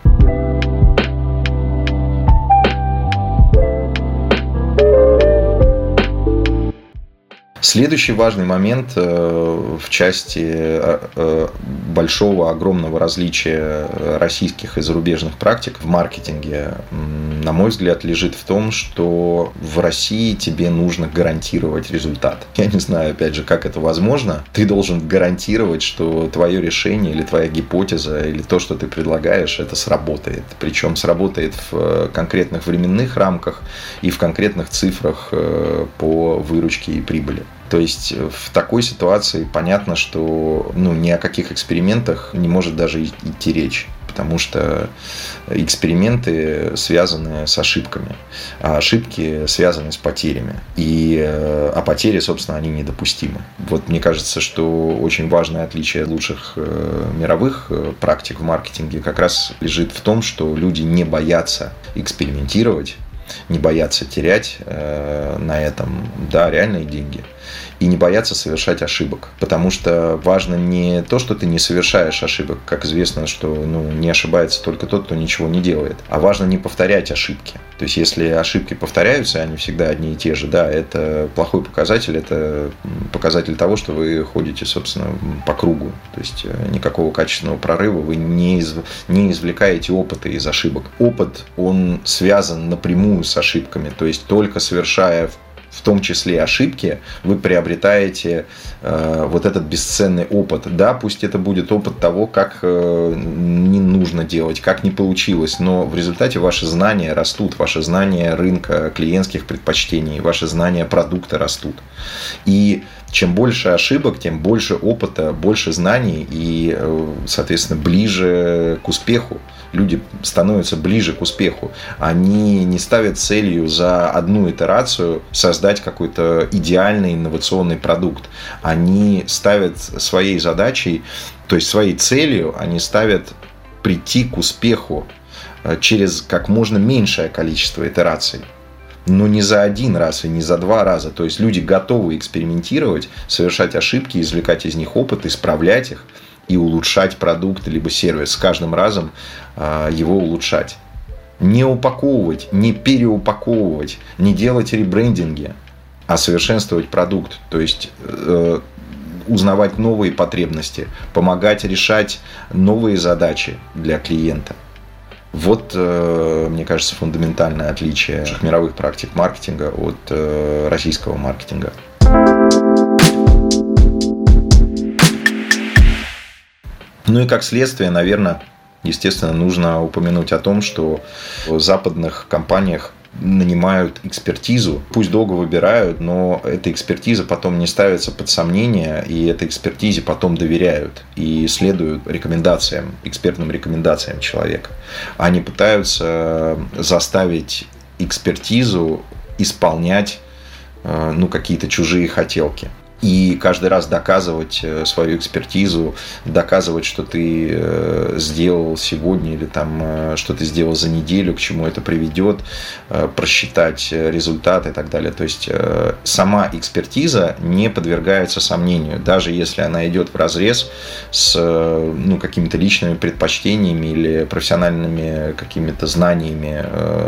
A: Следующий важный момент в части большого, огромного различия российских и зарубежных практик в маркетинге, на мой взгляд, лежит в том, что в России тебе нужно гарантировать результат. Я не знаю, опять же, как это возможно. Ты должен гарантировать, что твое решение или твоя гипотеза или то, что ты предлагаешь, это сработает. Причем сработает в конкретных временных рамках и в конкретных цифрах по выручке и прибыли. То есть в такой ситуации понятно, что ну, ни о каких экспериментах не может даже идти речь. Потому что эксперименты связаны с ошибками, а ошибки связаны с потерями. И, а потери, собственно, они недопустимы. Вот мне кажется, что очень важное отличие лучших мировых практик в маркетинге как раз лежит в том, что люди не боятся экспериментировать, не боятся терять на этом, да, реальные деньги. и не бояться совершать ошибок. Потому что важно не то, что ты не совершаешь ошибок. Как известно, что ну, не ошибается только тот, кто ничего не делает. А важно не повторять ошибки. То есть, если ошибки повторяются, они всегда одни и те же, да, это плохой показатель, это показатель того, что вы ходите, собственно, по кругу. То есть, никакого качественного прорыва вы не, из, не извлекаете опыта из ошибок. Опыт, он связан напрямую с ошибками. То есть, только совершая в том числе ошибки, вы приобретаете э, вот этот бесценный опыт. Да, пусть это будет опыт того, как э, не нужно делать, как не получилось, но в результате ваши знания растут, ваши знания рынка, клиентских предпочтений, ваши знания продукта растут. И чем больше ошибок, тем больше опыта, больше знаний и, э, соответственно, ближе к успеху. Люди становятся ближе к успеху. Они не ставят целью за одну итерацию создать какой-то идеальный инновационный продукт. Они ставят своей задачей, то есть своей целью, они ставят прийти к успеху через как можно меньшее количество итераций. Но не за один раз и не за два раза. То есть люди готовы экспериментировать, совершать ошибки, извлекать из них опыт, исправлять их и улучшать продукт либо сервис, с каждым разом э, его улучшать. Не упаковывать, не переупаковывать, не делать ребрендинги, а совершенствовать продукт. То есть э, узнавать новые потребности, помогать решать новые задачи для клиента. Вот, э, мне кажется, фундаментальное отличие мировых практик маркетинга от э, российского маркетинга. Ну и как следствие, наверное, естественно, нужно упомянуть о том, что в западных компаниях нанимают экспертизу, пусть долго выбирают, но эта экспертиза потом не ставится под сомнение, и этой экспертизе потом доверяют и следуют рекомендациям, экспертным рекомендациям человека. Они пытаются заставить экспертизу исполнять ну, какие-то чужие хотелки. И каждый раз доказывать свою экспертизу, доказывать, что ты сделал сегодня или там, что ты сделал за неделю, к чему это приведет, просчитать результаты и так далее. То есть сама экспертиза не подвергается сомнению, даже если она идет вразрез с ну, какими-то личными предпочтениями или профессиональными какими-то знаниями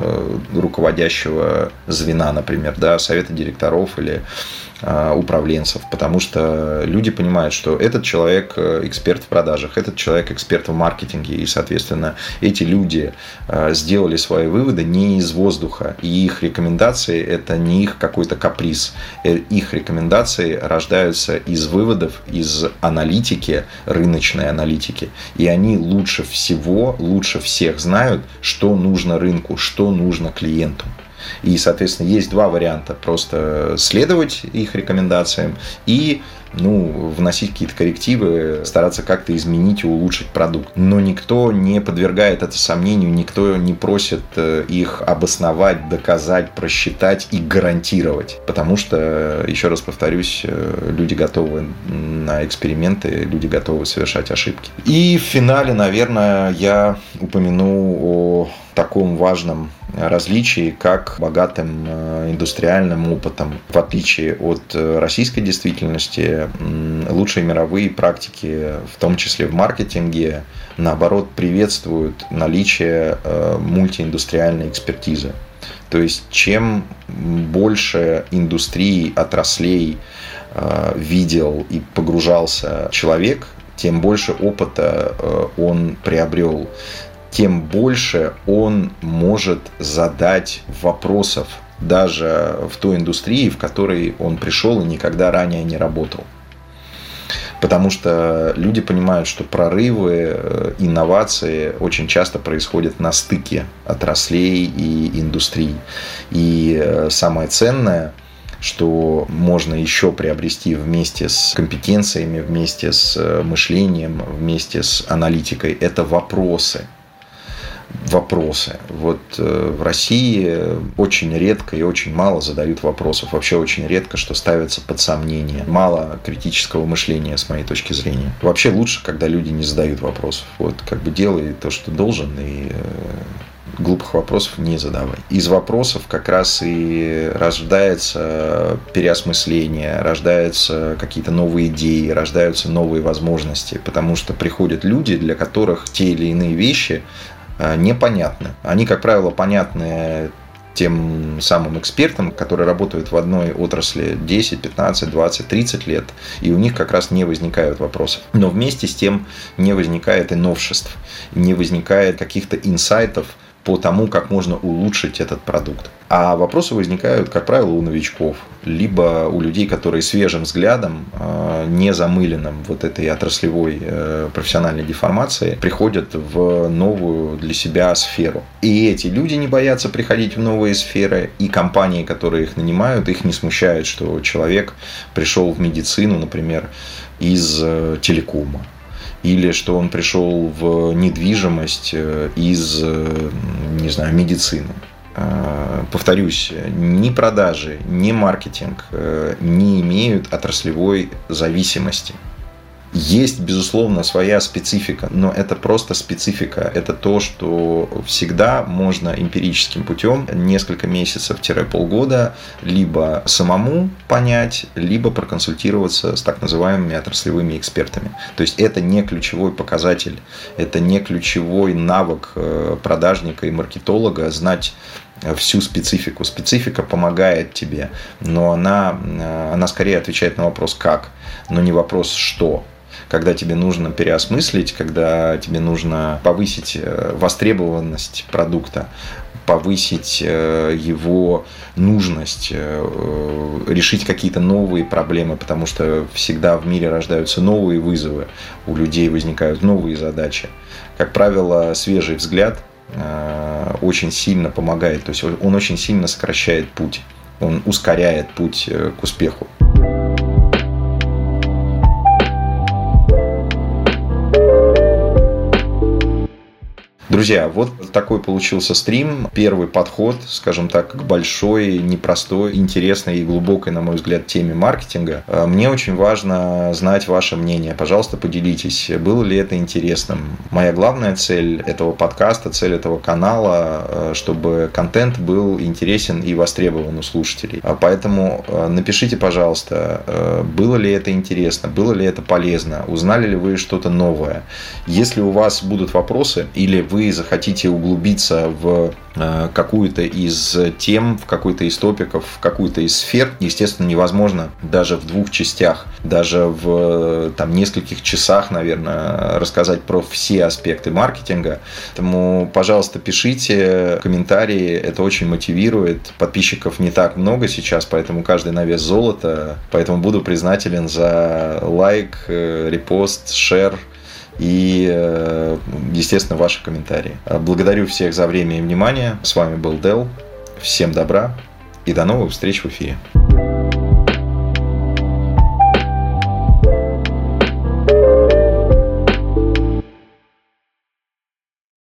A: руководящего звена, например, да, совета директоров или управленцев, потому что люди понимают, что этот человек эксперт в продажах, этот человек эксперт в маркетинге, и, соответственно, эти люди сделали свои выводы не из воздуха, и их рекомендации – это не их какой-то каприз, их рекомендации рождаются из выводов, из аналитики, рыночной аналитики, и они лучше всего, лучше всех знают, что нужно рынку, что нужно клиенту. И, соответственно, есть два варианта. Просто следовать их рекомендациям и ну, вносить какие-то коррективы, стараться как-то изменить и улучшить продукт. Но никто не подвергает это сомнению, никто не просит их обосновать, доказать, просчитать и гарантировать. Потому что, еще раз повторюсь, люди готовы на эксперименты, люди готовы совершать ошибки. И в финале, наверное, я упомяну о таком важном различии, как богатым индустриальным опытом. В отличие от российской действительности, лучшие мировые практики, в том числе в маркетинге, наоборот, приветствуют наличие мультииндустриальной экспертизы. То есть, чем больше индустрий, отраслей видел и погружался человек, тем больше опыта он приобрел, тем больше он может задать вопросов даже в той индустрии, в которой он пришел и никогда ранее не работал. Потому что люди понимают, что прорывы, инновации очень часто происходят на стыке отраслей и индустрий. И самое ценное, что можно еще приобрести вместе с компетенциями, вместе с мышлением, вместе с аналитикой, это вопросы. Вопросы. Вот в России очень редко и очень мало задают вопросов. Вообще очень редко, что ставится под сомнение. Мало критического мышления, с моей точки зрения. Вообще лучше, когда люди не задают вопросов. Вот как бы делай то, что должен, и глупых вопросов не задавай. Из вопросов как раз и рождается переосмысление, рождаются какие-то новые идеи, рождаются новые возможности, потому что приходят люди, для которых те или иные вещи непонятны. Они, как правило, понятны тем самым экспертам, которые работают в одной отрасли десять, пятнадцать, двадцать, тридцать лет, и у них как раз не возникают вопросов. Но вместе с тем не возникает и новшеств, не возникает каких-то инсайтов по тому, как можно улучшить этот продукт. А вопросы возникают, как правило, у новичков, либо у людей, которые свежим взглядом, не замыленным вот этой отраслевой профессиональной деформацией, приходят в новую для себя сферу. И эти люди не боятся приходить в новые сферы, и компании, которые их нанимают, их не смущает, что человек пришел в медицину, например, из телекома. Или что он пришел в недвижимость из, не знаю, медицины. Повторюсь, ни продажи, ни маркетинг не имеют отраслевой зависимости. Есть, безусловно, своя специфика, но это просто специфика. Это то, что всегда можно эмпирическим путем несколько месяцев-полгода либо самому понять, либо проконсультироваться с так называемыми отраслевыми экспертами. То есть это не ключевой показатель, это не ключевой навык продажника и маркетолога знать всю специфику. Специфика помогает тебе, но она, она скорее отвечает на вопрос «как», но не вопрос «что». Когда тебе нужно переосмыслить, когда тебе нужно повысить востребованность продукта, повысить его нужность, решить какие-то новые проблемы, потому что всегда в мире рождаются новые вызовы, у людей возникают новые задачи. Как правило, свежий взгляд очень сильно помогает, то есть он очень сильно сокращает путь, он ускоряет путь к успеху. Друзья, вот такой получился стрим. Первый подход, скажем так, к большой, непростой, интересной и глубокой, на мой взгляд, теме маркетинга. Мне очень важно знать ваше мнение. Пожалуйста, поделитесь, было ли это интересным. Моя главная цель этого подкаста, цель этого канала, чтобы контент был интересен и востребован у слушателей. Поэтому напишите, пожалуйста, было ли это интересно, было ли это полезно, узнали ли вы что-то новое. Если у вас будут вопросы или вы захотите углубиться в какую-то из тем, в какой-то из топиков, в какую-то из сфер, естественно, невозможно даже в двух частях, даже в там, нескольких часах, наверное, рассказать про все аспекты маркетинга. Поэтому, пожалуйста, пишите комментарии, это очень мотивирует. Подписчиков не так много сейчас, поэтому каждый на вес золота. Поэтому буду признателен за лайк, репост, шер и, естественно, ваши комментарии. Благодарю всех за время и внимание. С вами был Дэл. Всем добра и до новых встреч в эфире.